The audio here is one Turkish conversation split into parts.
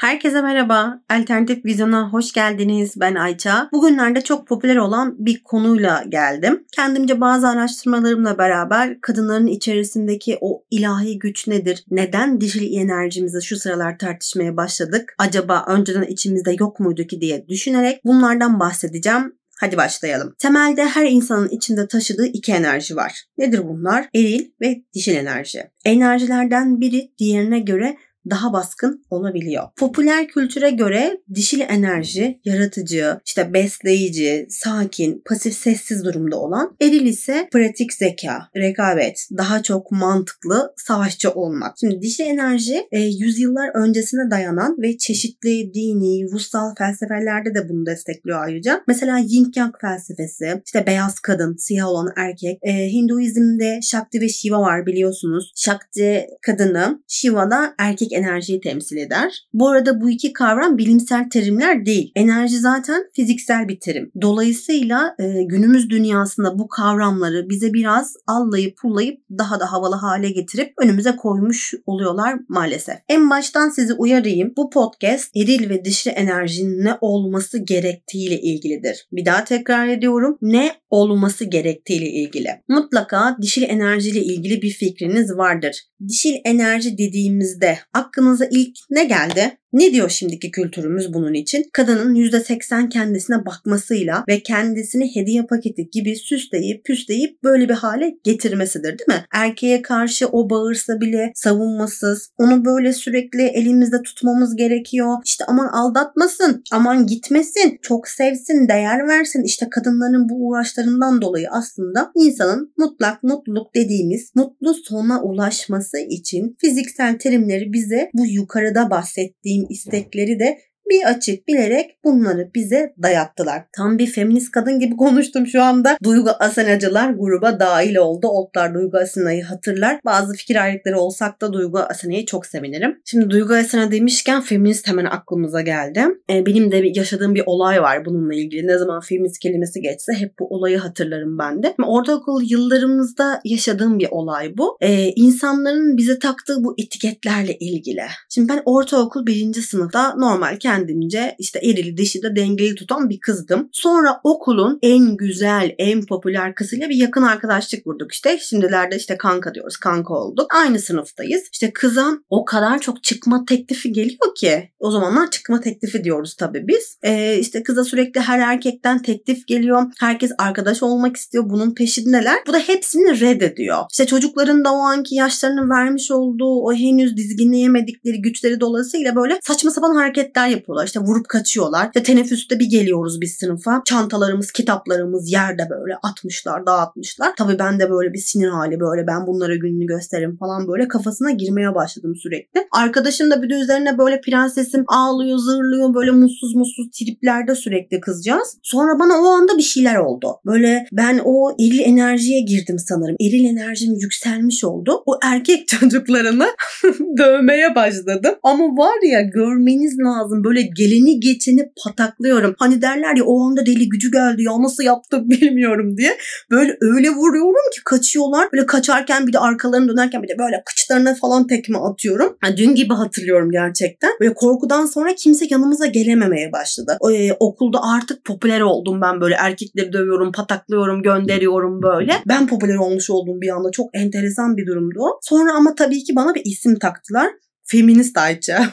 Herkese merhaba. Alternatif Vizyon'a hoş geldiniz. Ben Ayça. Bugünlerde çok popüler olan bir konuyla geldim. Kendimce bazı araştırmalarımla beraber kadınların içerisindeki o ilahi güç nedir? Neden dişil enerjimizi şu sıralar tartışmaya başladık? Acaba önceden içimizde yok muydu ki diye düşünerek bunlardan bahsedeceğim. Hadi başlayalım. Temelde her insanın içinde taşıdığı iki enerji var. Nedir bunlar? Eril ve dişil enerji. Enerjilerden biri diğerine göre daha baskın olabiliyor. Popüler kültüre göre dişil enerji yaratıcı, besleyici, sakin, pasif sessiz durumda olan, eril ise pratik zeka, rekabet, daha çok mantıklı, savaşçı olmak. Şimdi dişil enerji yüzyıllar öncesine dayanan ve çeşitli dini, ruhsal felsefelerde de bunu destekliyor ayrıca. Mesela Yin Yang felsefesi, beyaz kadın, siyah olan erkek. Hinduizm'de Shakti ve Shiva var biliyorsunuz. Shakti kadını, Shiva da erkek enerjiyi temsil eder. Bu arada bu iki kavram bilimsel terimler değil. Enerji zaten fiziksel bir terim. Dolayısıyla günümüz dünyasında bu kavramları bize biraz allayıp pullayıp daha da havalı hale getirip önümüze koymuş oluyorlar maalesef. En baştan sizi uyarayım. Bu podcast eril ve dişil enerjinin ne olması gerektiğiyle ilgilidir. Bir daha tekrar ediyorum. Ne olması gerektiğiyle ilgili. Mutlaka dişil enerjiyle ilgili bir fikriniz vardır. Dişil enerji dediğimizde aklınıza ilk ne geldi? Ne diyor şimdiki kültürümüz bunun için? Kadının %80 kendisine bakmasıyla ve kendisini hediye paketi gibi süsleyip püsleyip böyle bir hale getirmesidir, değil mi? Erkeğe karşı o bağırsa bile savunmasız, onu böyle sürekli elimizde tutmamız gerekiyor. Aman aldatmasın, aman gitmesin, çok sevsin, değer versin. Kadınların bu uğraşlarından dolayı aslında insanın mutlak mutluluk dediğimiz mutlu sona ulaşması için fiziksel terimleri bize bu yukarıda bahsettiğim istekleri de bir açık bilerek bunları bize dayattılar. Tam bir feminist kadın gibi konuştum şu anda. Duygu Asenacılar gruba dahil oldu. Otlar Duygu Asena'yı hatırlar. Bazı fikir ayrılıkları olsak da Duygu Asena'yı çok sevinirim. Şimdi Duygu Asena demişken feminist hemen aklımıza geldi. Benim de yaşadığım bir olay var bununla ilgili. Ne zaman feminist kelimesi geçse hep bu olayı hatırlarım ben de. Ortaokul yıllarımızda yaşadığım bir olay bu. İnsanların bize taktığı bu etiketlerle ilgili. Şimdi ben ortaokul 1. sınıfta normal kendimce erili dişili dengeli tutan bir kızdım. Sonra okulun en güzel, en popüler kızıyla bir yakın arkadaşlık kurduk Şimdilerde kanka diyoruz, kanka olduk. Aynı sınıftayız. Kıza o kadar çok çıkma teklifi geliyor ki. O zamanlar çıkma teklifi diyoruz tabii biz. Kıza sürekli her erkekten teklif geliyor. Herkes arkadaş olmak istiyor. Bunun peşindeler. Bu da hepsini reddediyor. Çocukların da o anki yaşlarının vermiş olduğu o henüz dizginleyemedikleri güçleri dolayısıyla böyle saçma sapan hareketler yapıyorlar. Vurup kaçıyorlar. Teneffüste bir geliyoruz biz sınıfa. Çantalarımız, kitaplarımız yerde böyle atmışlar, dağıtmışlar. Tabii ben de böyle bir sinir hali, böyle ben bunlara gününü gösteririm falan böyle kafasına girmeye başladım sürekli. Arkadaşım da bir de üzerine böyle prensesim ağlıyor, zırlıyor, böyle mutsuz triplerde sürekli kızcağız. Sonra bana o anda bir şeyler oldu. Böyle ben o eril enerjiye girdim sanırım. Eril enerjim yükselmiş oldu. O erkek çocuklarını dövmeye başladım. Ama var ya, görmeniz lazım. Böyle geleni geçeni pataklıyorum. Hani derler ya, o anda deli gücü geldi ya, nasıl yaptım bilmiyorum diye. Böyle öyle vuruyorum ki kaçıyorlar. Böyle kaçarken bir de arkalarını dönerken bir de böyle kıçlarına falan tekme atıyorum. Dün gibi hatırlıyorum gerçekten. Böyle korkudan sonra kimse yanımıza gelememeye başladı. Okulda artık popüler oldum ben, böyle erkekleri dövüyorum, pataklıyorum, gönderiyorum böyle. Ben popüler olmuş oldum bir anda. Çok enteresan bir durumdu o. Sonra ama tabii ki bana bir isim taktılar. Feminist Ayça.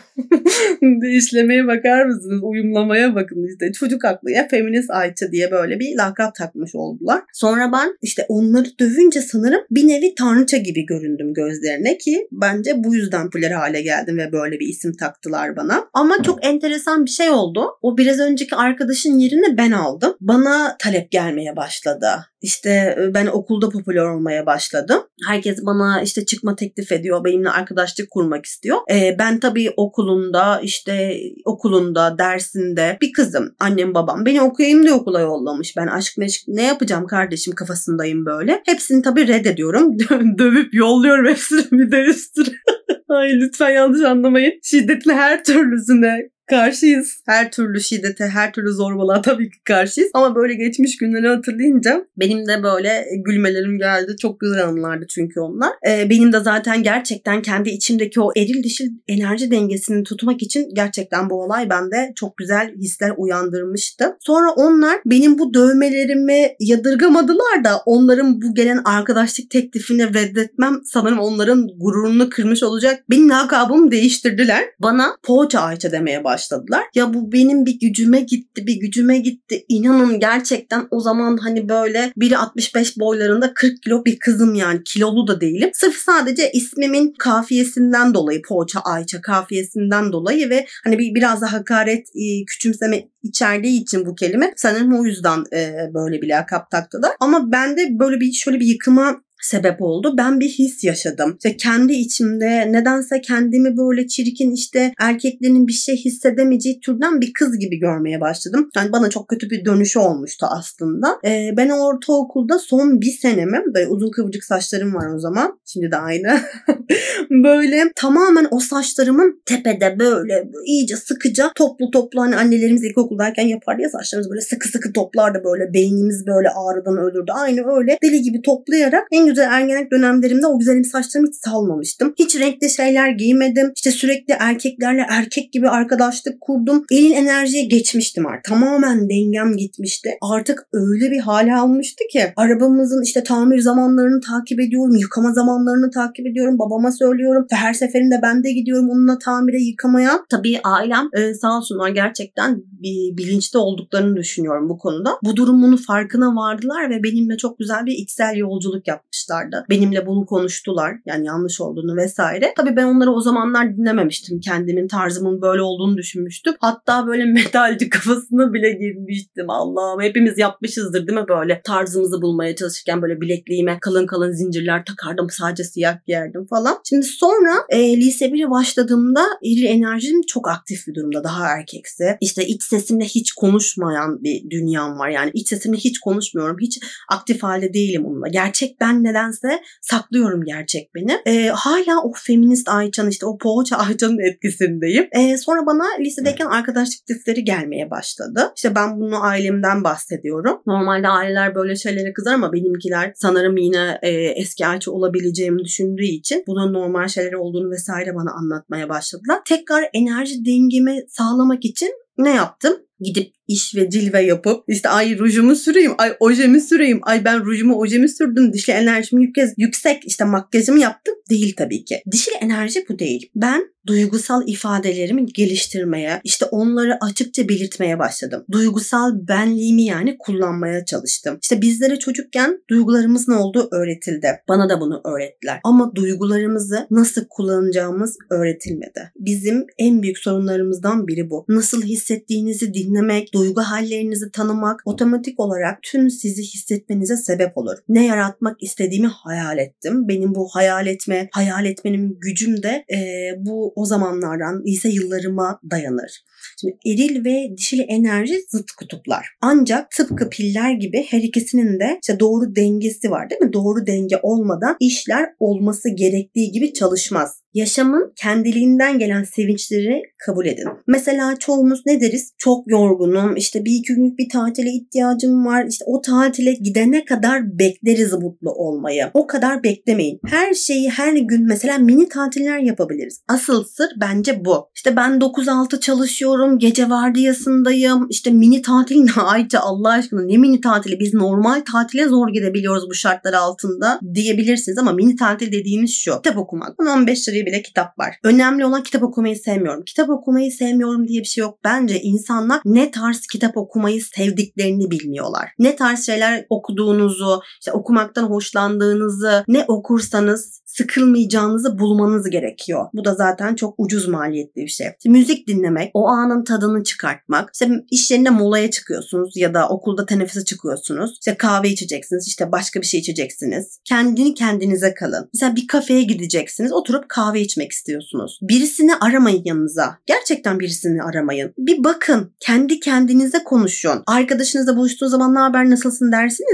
İşlemeye bakar mısınız? Uyumlamaya bakın Çocuk aklıya Feminist Ayça diye böyle bir lakap takmış oldular. Sonra ben onları dövünce sanırım bir nevi tanrıça gibi göründüm gözlerine, ki bence bu yüzden popüler hale geldim ve böyle bir isim taktılar bana. Ama çok enteresan bir şey oldu. O biraz önceki arkadaşın yerini ben aldım. Bana talep gelmeye başladı. Ben okulda popüler olmaya başladım. Herkes bana çıkma teklif ediyor. Benimle arkadaşlık kurmak istiyor. Ben tabii okulunda, dersinde bir kızım. Annem babam beni okuyayım diye okula yollamış. Ben aşk meşk ne yapacağım kardeşim kafasındayım böyle. Hepsini tabii reddediyorum. Dövüp yolluyorum hepsini bir de üstüne. Ay lütfen yanlış anlamayın. Şiddetli her türlüsüne karşıyız. Her türlü şiddete, her türlü zorbalığa tabii ki karşıyız. Ama böyle geçmiş günleri hatırlayınca benim de böyle gülmelerim geldi. Çok güzel anılardı çünkü onlar. Benim de zaten gerçekten kendi içimdeki o eril dişil enerji dengesini tutmak için gerçekten bu olay bende çok güzel hisler uyandırmıştı. Sonra onlar benim bu dövmelerimi yadırgamadılar da onların bu gelen arkadaşlık teklifini reddetmem sanırım onların gururunu kırmış olacak. Benim lakabımı değiştirdiler. Bana Poğaça Ayça demeye başladılar. Ya bu benim bir gücüme gitti. İnanın gerçekten o zaman hani böyle 1.65 boylarında 40 kilo bir kızım, yani kilolu da değilim. Sırf sadece ismimin kafiyesinden dolayı, Poğaça Ayça kafiyesinden dolayı ve hani biraz da hakaret, küçümseme içerdiği için bu kelime sanırım o yüzden böyle bir lakap taktılar. Ama bende böyle şöyle bir yıkıma sebep oldu. Ben bir his yaşadım. İşte kendi içimde nedense kendimi böyle çirkin, işte erkeklerin bir şey hissedemeyeceği türden bir kız gibi görmeye başladım. Yani bana çok kötü bir dönüşü olmuştu aslında. Ben ortaokulda son bir senemi, böyle uzun kıvırcık saçlarım var o zaman. Şimdi de aynı. Böyle tamamen o saçlarımın tepede böyle iyice sıkıca toplu hani annelerimiz ilkokuldayken yapardı ya, saçlarımız böyle sıkı toplardı, böyle beynimiz böyle ağrıdan ölürdü. Aynı öyle deli gibi toplayarak en güzel ergenlik dönemlerimde o güzelim saçlarımı hiç salmamıştım. Hiç renkli şeyler giymedim. İşte sürekli erkeklerle erkek gibi arkadaşlık kurdum. Elin enerjiye geçmiştim artık. Tamamen dengem gitmişti. Artık öyle bir hale almıştı ki arabamızın işte tamir zamanlarını takip ediyorum. Yıkama zamanlarını takip ediyorum. Babama söylüyorum. Ve her seferinde ben de gidiyorum onunla tamire, yıkamaya. Tabii ailem sağ olsunlar, gerçekten bilinçli olduklarını düşünüyorum bu konuda. Bu durumun farkına vardılar ve benimle çok güzel bir içsel yolculuk yapmışlardı. Benimle bunu konuştular. Yani yanlış olduğunu vesaire. Tabii ben onları o zamanlar dinlememiştim. Kendimin, tarzımın böyle olduğunu düşünmüştüm. Hatta böyle metalci kafasına bile girmiştim. Allah'ım, hepimiz yapmışızdır değil mi böyle? Tarzımızı bulmaya çalışırken böyle bilekliğime kalın zincirler takardım. Sadece siyah giyerdim falan. Şimdi sonra lise 1'e başladığımda eril enerjim çok aktif bir durumda. Daha erkeksi. İşte iç sesimle hiç konuşmayan bir dünyam var. Yani iç sesimle hiç konuşmuyorum. Hiç aktif halde değilim onunla. Gerçek ben nedense saklıyorum gerçek beni. Hala o feminist Ayça'nın, işte o Poğaça Ayça'nın etkisindeyim. Sonra bana lisedeyken arkadaşlık teklifleri gelmeye başladı. İşte ben bunu ailemden bahsediyorum. Normalde aileler böyle şeylere kızar ama benimkiler sanırım yine eski Ayça olabileceğimi düşündüğü için bunun normal şeyler olduğunu vesaire bana anlatmaya başladılar. Tekrar enerji dengemi sağlamak için ne yaptım? Gidip iş ve cilve yapıp işte ay rujumu süreyim, ay ojemi süreyim, ay ben rujumu ojemi sürdüm, dişli enerjim yüksek, işte makyajımı yaptım. Değil tabii ki. Dişil enerji bu değil. Ben duygusal ifadelerimi geliştirmeye, işte onları açıkça belirtmeye başladım. Duygusal benliğimi yani kullanmaya çalıştım. İşte bizlere çocukken duygularımız ne olduğu öğretildi. Bana da bunu öğrettiler. Ama duygularımızı nasıl kullanacağımız öğretilmedi. Bizim en büyük sorunlarımızdan biri bu. Nasıl hissettiğinizi dinlemek, duygu hallerinizi tanımak otomatik olarak tüm sizi hissetmenize sebep olur. Ne yaratmak istediğimi hayal ettim. Benim bu hayal etmenin gücüm de bu o zamanlardan, lise yıllarıma dayanır. Şimdi eril ve dişil enerji zıt kutuplar. Ancak tıpkı piller gibi her ikisinin de işte doğru dengesi var değil mi? Doğru denge olmadan işler olması gerektiği gibi çalışmaz. Yaşamın kendiliğinden gelen sevinçleri kabul edin. Mesela çoğumuz ne deriz? Çok yorgunum, işte bir iki günlük bir tatile ihtiyacım var. İşte o tatile gidene kadar bekleriz mutlu olmayı. O kadar beklemeyin. Her şeyi her gün mesela mini tatiller yapabiliriz. Asıl sır bence bu. İşte ben 9-6 çalışıyorum, gece vardiyasındayım. İşte mini tatil ne Ayça, Allah aşkına ne mini tatili? Biz normal tatile zor gidebiliyoruz bu şartlar altında diyebilirsiniz ama mini tatil dediğimiz şu: kitap okumak. 15 liraya bile kitap var. Önemli olan kitap okumayı sevmiyorum. Kitap okumayı sevmiyorum diye bir şey yok. Bence insanlar ne tarz kitap okumayı sevdiklerini bilmiyorlar. Ne tarz şeyler okuduğunuzu, işte okumaktan hoşlandığınızı, ne okursanız sıkılmayacağınızı bulmanız gerekiyor. Bu da zaten çok ucuz maliyetli bir şey. İşte müzik dinlemek, o anın tadını çıkartmak. İşte iş yerinde molaya çıkıyorsunuz ya da okulda teneffüse çıkıyorsunuz. İşte kahve içeceksiniz, işte başka bir şey içeceksiniz. Kendinize kalın. Mesela bir kafeye gideceksiniz, oturup kahve içmek istiyorsunuz. Birisini aramayın yanınıza. Gerçekten birisini aramayın. Bir bakın, kendi kendinize konuşun. Arkadaşınızla buluştuğu zaman ne haber, nasılsın dersiniz ya.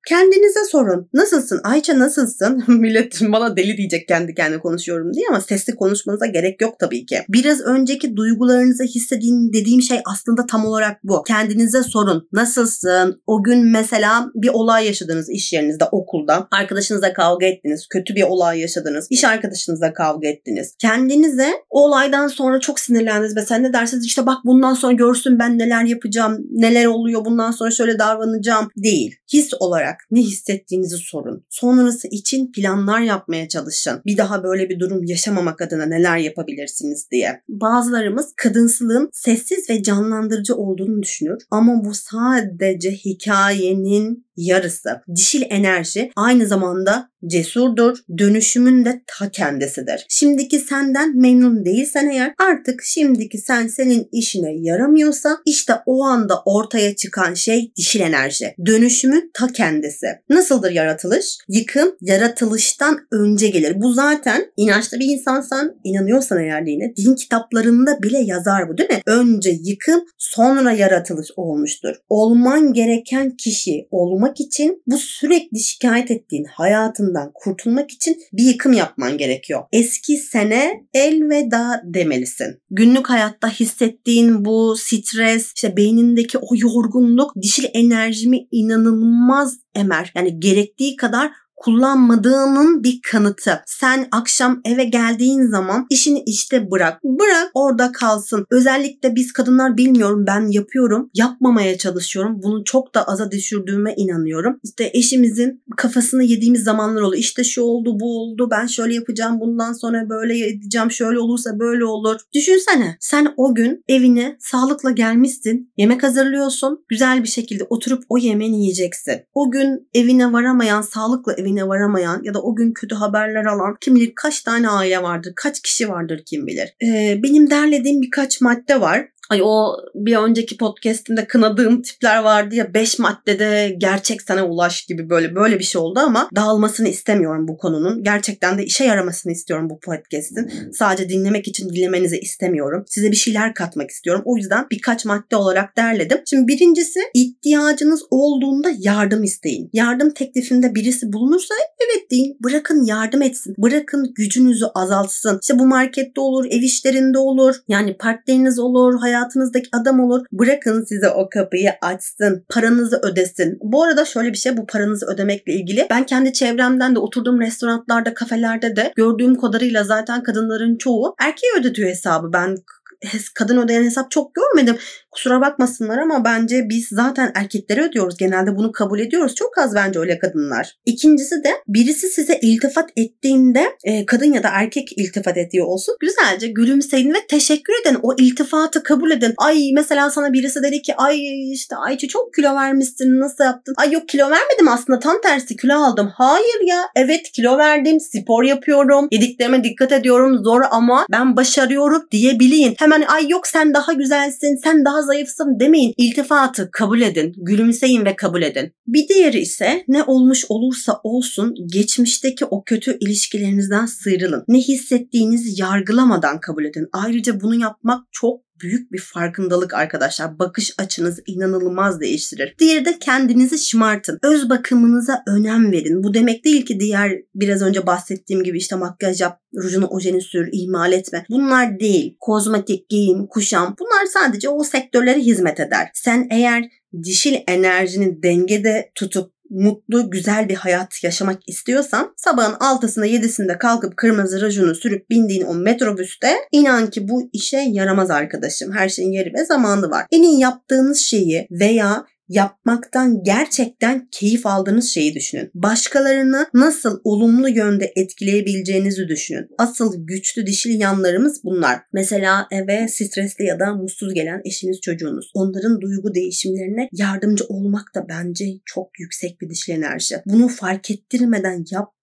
Kendinize sorun. Nasılsın? Ayça nasılsın? Millet bana deli diyecek kendi kendine konuşuyorum diye ama sesli konuşmanıza gerek yok tabii ki. Biraz önceki duygularınızı hissedin dediğim şey aslında tam olarak bu. Kendinize sorun. Nasılsın? O gün mesela bir olay yaşadınız iş yerinizde, okulda. Arkadaşınızla kavga ettiniz. Kötü bir olay yaşadınız. İş arkadaşınızla kavga ettiniz. Kendinize o olaydan sonra çok sinirlendiniz. Mesela ne dersiniz? İşte bak bundan sonra görsün ben neler yapacağım. Neler oluyor? Bundan sonra şöyle davranacağım. Değil. His olarak ne hissettiğinizi sorun. Sonrası için planlar yapmaya çalışın. Bir daha böyle bir durum yaşamamak adına neler yapabilirsiniz diye. Bazılarımız kadınsılığın sessiz ve canlandırıcı olduğunu düşünür. Ama bu sadece hikayenin yarısı. Dişil enerji aynı zamanda cesurdur, dönüşümün de ta kendisidir. Şimdiki senden memnun değilsen eğer, artık şimdiki senin işine yaramıyorsa, işte o anda ortaya çıkan şey dişil enerji. Dönüşümün ta kendisi. Nasıldır yaratılış? Yıkım yaratılıştan önce gelir. Bu zaten inançlı bir insansan, inanıyorsan eğer dine, din kitaplarında bile yazar bu değil mi? Önce yıkım, sonra yaratılış olmuştur. Olman gereken kişi olmak için, bu sürekli şikayet ettiğin hayatından kurtulmak için bir yıkım yapman gerekiyor. Eski sene elveda demelisin. Günlük hayatta hissettiğin bu stres, işte beynindeki o yorgunluk dişil enerjimi inanılmaz emer. Yani gerektiği kadar kullanmadığının bir kanıtı. Sen akşam eve geldiğin zaman işini işte bırak. Bırak orada kalsın. Özellikle biz kadınlar, bilmiyorum, ben yapıyorum. Yapmamaya çalışıyorum. Bunu çok da aza düşürdüğüme inanıyorum. İşte eşimizin kafasını yediğimiz zamanlar oluyor. İşte şu oldu, bu oldu. Ben şöyle yapacağım. Bundan sonra böyle edeceğim. Şöyle olursa böyle olur. Düşünsene. Sen o gün evine sağlıkla gelmişsin. Yemek hazırlıyorsun. Güzel bir şekilde oturup o yemeğini yiyeceksin. O gün evine varamayan, sağlıkla evine varamayan ya da o gün kötü haberler alan kim bilir kaç tane aile vardır, kaç kişi vardır kim bilir. Benim derlediğim birkaç madde var. Ay o bir önceki podcast'imde kınadığım tipler vardı ya, 5 maddede gerçek sana ulaş gibi böyle bir şey oldu ama dağılmasını istemiyorum bu konunun. Gerçekten de işe yaramasını istiyorum bu podcast'in. Sadece dinlemek için dinlemenizi istemiyorum. Size bir şeyler katmak istiyorum. O yüzden birkaç madde olarak derledim. Şimdi birincisi, ihtiyacınız olduğunda yardım isteyin. Yardım teklifinde birisi bulunursa evet deyin. Bırakın yardım etsin. Bırakın gücünüzü azaltsın. İşte bu markette olur, ev işlerinde olur. Yani partneriniz olur, hayatınızdaki adam olur. Bırakın size o kapıyı açsın. Paranızı ödesin. Bu arada şöyle bir şey, bu paranızı ödemekle ilgili. Ben kendi çevremden de, oturduğum restoranlarda, kafelerde de gördüğüm kadarıyla zaten kadınların çoğu erkeğe ödetiyor hesabı. Ben kadın ödeyen hesap çok görmedim. Kusura bakmasınlar ama bence biz zaten erkeklere ödüyoruz. Genelde bunu kabul ediyoruz. Çok az bence öyle kadınlar. İkincisi de birisi size iltifat ettiğinde, kadın ya da erkek iltifat ediyor olsun, güzelce gülümseyin ve teşekkür edin. O iltifatı kabul edin. Ay mesela sana birisi dedi ki ay işte Ayça çok kilo vermişsin, nasıl yaptın? Ay yok, kilo vermedim aslında, tam tersi kilo aldım. Hayır ya, evet kilo verdim, spor yapıyorum, yediklerime dikkat ediyorum, zor ama ben başarıyorum diyebilin. Hemen ay yok sen daha güzelsin, sen daha zayıfsın demeyin. İltifatı kabul edin, gülümseyin ve kabul edin. Bir diğeri ise ne olmuş olursa olsun geçmişteki o kötü ilişkilerinizden sıyrılın. Ne hissettiğinizi yargılamadan kabul edin. Ayrıca bunu yapmak çok büyük bir farkındalık arkadaşlar. Bakış açınızı inanılmaz değiştirir. Diğeri de kendinizi şımartın. Öz bakımınıza önem verin. Bu demek değil ki diğer biraz önce bahsettiğim gibi işte makyaj yap, rujunu ojeni sür, ihmal etme. Bunlar değil. Kozmetik, giyim, kuşam, bunlar sadece o sektörlere hizmet eder. Sen eğer dişil enerjini dengede tutup mutlu, güzel bir hayat yaşamak istiyorsan sabahın 6'sında 7'sinde kalkıp kırmızı rujunu sürüp bindiğin o metrobüste, inan ki bu işe yaramaz arkadaşım. Her şeyin yeri ve zamanı var. Yaptığınız şeyi veya yapmaktan gerçekten keyif aldığınız şeyi düşünün. Başkalarını nasıl olumlu yönde etkileyebileceğinizi düşünün. Asıl güçlü dişil yanlarımız bunlar. Mesela eve stresli ya da mutsuz gelen eşiniz, çocuğunuz. Onların duygu değişimlerine yardımcı olmak da bence çok yüksek bir dişil enerji. Bunu fark ettirmeden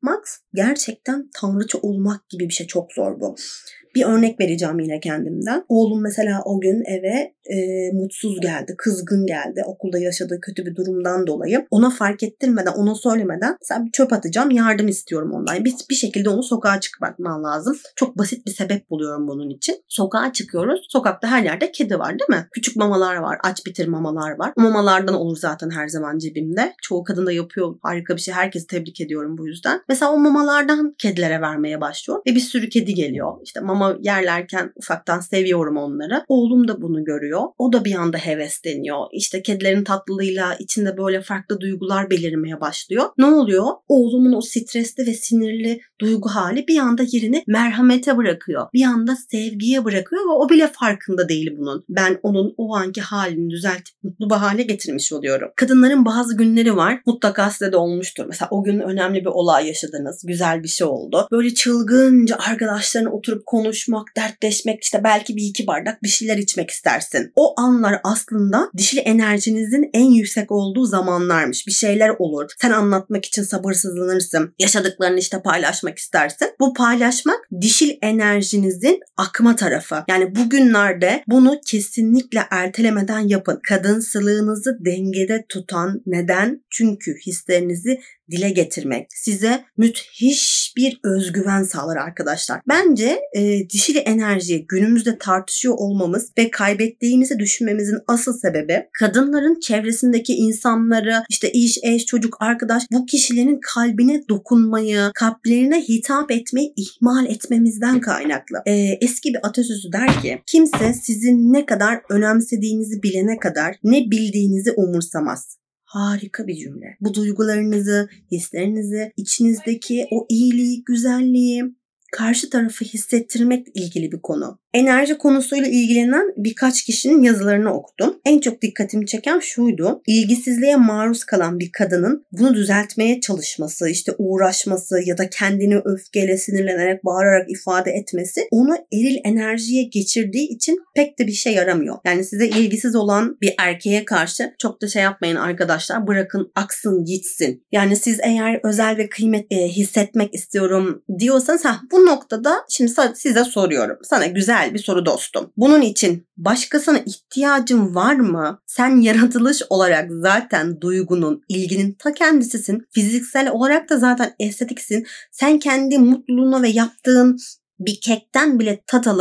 yapmak gerçekten tanrıça olmak gibi bir şey. Çok zor bu. Bir örnek vereceğim yine kendimden. Oğlum mesela o gün eve mutsuz geldi, kızgın geldi. Okulda yaşadığı kötü bir durumdan dolayı. Ona fark ettirmeden, ona söylemeden mesela bir çöp atacağım, yardım istiyorum ondan. Bir şekilde onu sokağa çıkartman lazım. Çok basit bir sebep buluyorum bunun için. Sokağa çıkıyoruz. Sokakta her yerde kedi var değil mi? Küçük mamalar var, aç bitir mamalar var. O mamalardan olur zaten her zaman cebimde. Çoğu kadın da yapıyor. Harika bir şey. Herkesi tebrik ediyorum bu yüzden. Mesela o mamalardan kedilere vermeye başlıyor. Ve bir sürü kedi geliyor. İşte mama yerlerken ufaktan seviyorum onları. Oğlum da bunu görüyor. O da bir anda hevesleniyor. İşte kedilerin tatlılığıyla içinde böyle farklı duygular belirmeye başlıyor. Ne oluyor? Oğlumun o stresli ve sinirli duygu hali bir anda yerini merhamete bırakıyor. Bir anda sevgiye bırakıyor ve o bile farkında değil bunun. Ben onun o anki halini düzeltip mutlu bir hale getirmiş oluyorum. Kadınların bazı günleri var. Mutlaka size de olmuştur. Mesela o gün önemli bir olay yaşadınız. Güzel bir şey oldu. Böyle çılgınca arkadaşlarına oturup konuşmak, dertleşmek, işte belki bir iki bardak bir şeyler içmek istersin. O anlar aslında dişil enerjinizin en yüksek olduğu zamanlarmış. Bir şeyler olur. Sen anlatmak için sabırsızlanırsın. Yaşadıklarını işte paylaşmak istersin. Bu paylaşmak dişil enerjinizin akma tarafı. Yani bugünlerde bunu kesinlikle ertelemeden yapın. Kadınsılığınızı dengede tutan neden? Çünkü hislerinizi dile getirmek size müthiş bir özgüven sağlar arkadaşlar. Bence dişil enerjiyi günümüzde tartışıyor olmamız ve kaybettiğimizi düşünmemizin asıl sebebi kadınların çevresindeki insanları, işte iş, eş, çocuk, arkadaş, bu kişilerin kalbine dokunmayı, kalplerine hitap etmeyi ihmal etmemizden kaynaklı. Eski bir atasözü der ki, kimse sizin ne kadar önemsediğinizi bilene kadar ne bildiğinizi umursamaz. Harika bir cümle. Bu duygularınızı, hislerinizi, içinizdeki o iyiliği, güzelliği karşı tarafı hissettirmekle ilgili bir konu. Enerji konusuyla ilgilenen birkaç kişinin yazılarını okudum. En çok dikkatimi çeken şuydu. İlgisizliğe maruz kalan bir kadının bunu düzeltmeye çalışması, işte uğraşması ya da kendini öfkeyle, sinirlenerek, bağırarak ifade etmesi onu eril enerjiye geçirdiği için pek de bir şey yaramıyor. Yani size ilgisiz olan bir erkeğe karşı çok da şey yapmayın arkadaşlar. Bırakın aksın gitsin. Yani siz eğer özel ve kıymet hissetmek istiyorum diyorsanız bu noktada şimdi size soruyorum. Sana güzel bir soru dostum. Bunun için başkasına ihtiyacın var mı? Sen yaratılış olarak zaten duygunun, ilginin ta kendisisin. Fiziksel olarak da zaten estetiksin. Sen kendi mutluluğuna ve yaptığın bir kekten bile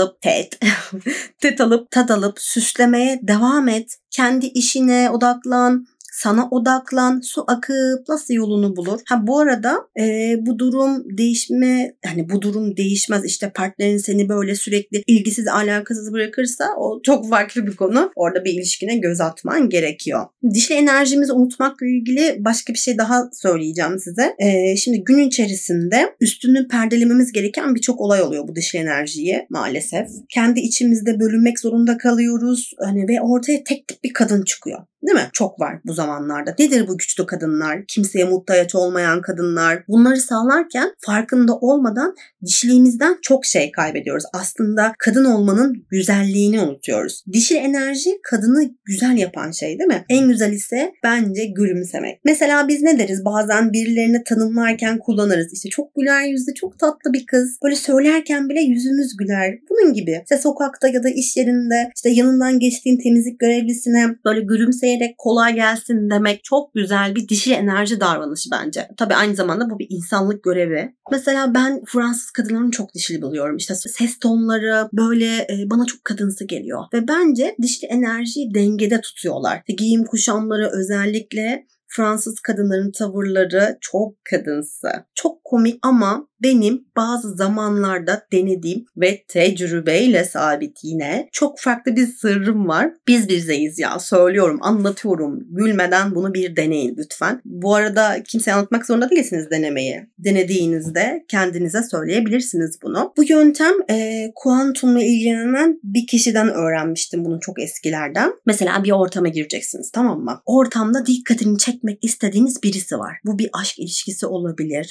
tat alıp süslemeye devam et. Kendi işine odaklan. Sana odaklan, su akıp nasıl yolunu bulur? Bu arada bu durum bu durum değişmez. İşte partnerin seni böyle sürekli ilgisiz, alakasız bırakırsa o çok farklı bir konu. Orada bir ilişkine göz atman gerekiyor. Dişil enerjimizi unutmakla ilgili başka bir şey daha söyleyeceğim size. Şimdi gün içerisinde üstünü perdelememiz gereken birçok olay oluyor bu dişil enerjiyi maalesef. Kendi içimizde bölünmek zorunda kalıyoruz. Ve ortaya tek tip bir kadın çıkıyor. Değil mi? Çok var bu zamanlarda. Nedir bu güçlü kadınlar? Kimseye muhtaç olmayan kadınlar. Bunları sağlarken farkında olmadan dişiliğimizden çok şey kaybediyoruz. Aslında kadın olmanın güzelliğini unutuyoruz. Dişil enerji kadını güzel yapan şey değil mi? En güzel ise bence gülümsemek. Mesela biz ne deriz? Bazen birilerini tanımlarken kullanırız. İşte çok güler yüzlü, çok tatlı bir kız. Böyle söylerken bile yüzümüz güler. Bunun gibi. İşte sokakta ya da iş yerinde işte yanından geçtiğin temizlik görevlisine böyle gülümseyerek kolay gelsin demek çok güzel bir dişil enerji davranışı bence. Tabii aynı zamanda bu bir insanlık görevi. Mesela ben Fransız kadınlarını çok dişil buluyorum. İşte ses tonları böyle bana çok kadınsı geliyor. Ve bence dişil enerjiyi dengede tutuyorlar. Giyim kuşamları özellikle Fransız kadınların tavırları çok kadınsı. Çok komik ama benim bazı zamanlarda denediğim ve tecrübeyle sabit yine çok farklı bir sırrım var. Biz bizdeyiz ya. Söylüyorum, anlatıyorum. Gülmeden bunu bir deneyin lütfen. Bu arada kimseye anlatmak zorunda değilsiniz denemeyi. Denediğinizde kendinize söyleyebilirsiniz bunu. Bu yöntem kuantumla ilgilenen bir kişiden öğrenmiştim bunu çok eskilerden. Mesela bir ortama gireceksiniz, tamam mı? Ortamda dikkatini çekmek istediğiniz birisi var. Bu bir aşk ilişkisi olabilir. Bu iş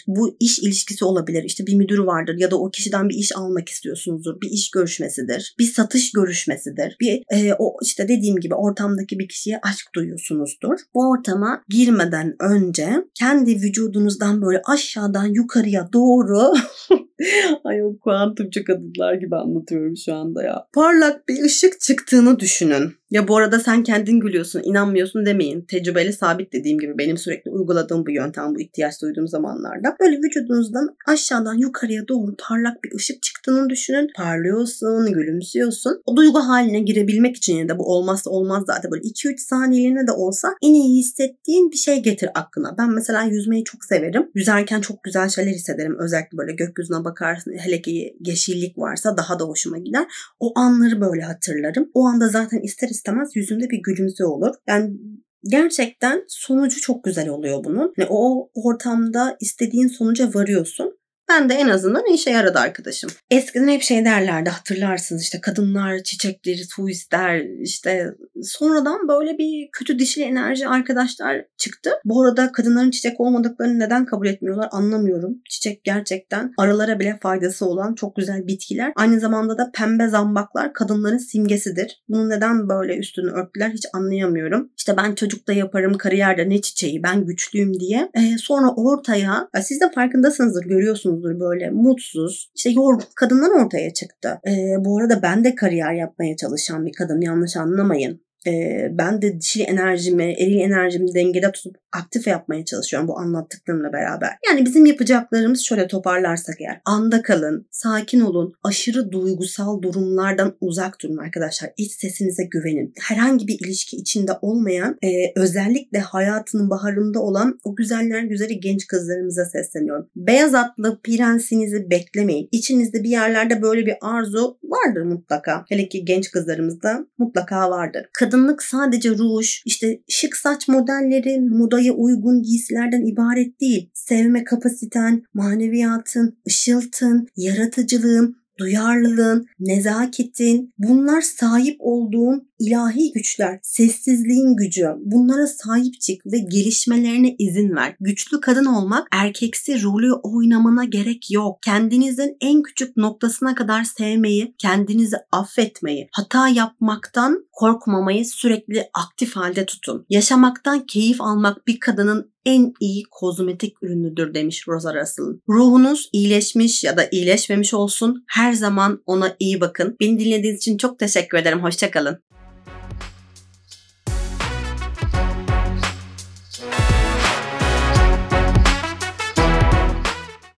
iş ilişkisi olabilir. İşte bir müdür vardır ya da o kişiden bir iş almak istiyorsunuzdur. Bir iş görüşmesidir. Bir satış görüşmesidir. O işte dediğim gibi ortamdaki bir kişiye aşk duyuyorsunuzdur. Bu ortama girmeden önce kendi vücudunuzdan böyle aşağıdan yukarıya doğru ay o kuantumcu kadınlar gibi anlatıyorum şu anda ya. Parlak bir ışık çıktığını düşünün. Ya bu arada sen kendin gülüyorsun, inanmıyorsun demeyin. Tecrübeli sabit dediğim gibi benim sürekli uyguladığım bu yöntem, bu ihtiyaç duyduğum zamanlarda. Böyle vücudunuzdan aşağıdan yukarıya doğru parlak bir ışık çıktığını düşünün. Parlıyorsun, gülümsüyorsun. O duygu haline girebilmek için ya da bu olmazsa olmaz zaten böyle 2-3 saniyeliğine de olsa en iyi hissettiğin bir şey getir aklına. Ben mesela yüzmeyi çok severim. Yüzerken çok güzel şeyler hissederim. Özellikle böyle gökyüzüne bakarsın, hele ki yeşillik varsa daha da hoşuma gider. O anları böyle hatırlarım. O anda zaten ister istemez yüzümde bir gülümse olur. Yani gerçekten sonucu çok güzel oluyor bunun. Yani o ortamda istediğin sonuca varıyorsun. Ben de en azından işe yaradı arkadaşım. Eskiden hep şey derlerdi, hatırlarsınız işte kadınlar çiçekleri su ister, işte sonradan böyle bir kötü dişli enerji arkadaşlar çıktı. Bu arada kadınların çiçek olmadıklarını neden kabul etmiyorlar anlamıyorum. Çiçek gerçekten arılara bile faydası olan çok güzel bitkiler. Aynı zamanda da pembe zambaklar kadınların simgesidir. Bunu neden böyle üstünü örttüler hiç anlayamıyorum. İşte ben çocukta yaparım, kariyerde ne çiçeği, ben güçlüyüm diye. Sonra ortaya, siz de farkındasınızdır, görüyorsunuz böyle mutsuz, işte yorgun kadınlar ortaya çıktı. Bu arada ben de kariyer yapmaya çalışan bir kadın, yanlış anlamayın. Ben de dişil enerjimi, eril enerjimi dengede tutup aktif yapmaya çalışıyorum bu anlattıklarımla beraber. Yani bizim yapacaklarımız şöyle toparlarsak eğer. Anda kalın, sakin olun, aşırı duygusal durumlardan uzak durun arkadaşlar. İç sesinize güvenin. Herhangi bir ilişki içinde olmayan, özellikle hayatının baharında olan o güzeller güzeli genç kızlarımıza sesleniyorum. Beyaz atlı prensinizi beklemeyin. İçinizde bir yerlerde böyle bir arzu vardır mutlaka. Hele ki genç kızlarımızda mutlaka vardır. Kadınlık sadece ruj, işte şık saç modelleri, modaya uygun giysilerden ibaret değil. Sevme kapasiten, maneviyatın, ışıltın, yaratıcılığın, duyarlılığın, nezaketin, bunlar sahip olduğun ilahi güçler, sessizliğin gücü. Bunlara sahip çık ve gelişmelerine izin ver. Güçlü kadın olmak, erkeksi rolü oynamana gerek yok. Kendinizin en küçük noktasına kadar sevmeyi, kendinizi affetmeyi, hata yapmaktan korkmamayı sürekli aktif halde tutun. Yaşamaktan keyif almak bir kadının en iyi kozmetik ürünüdür demiş Rosa Russell. Ruhunuz iyileşmiş ya da iyileşmemiş olsun, her zaman ona iyi bakın. Beni dinlediğiniz için çok teşekkür ederim. Hoşça kalın.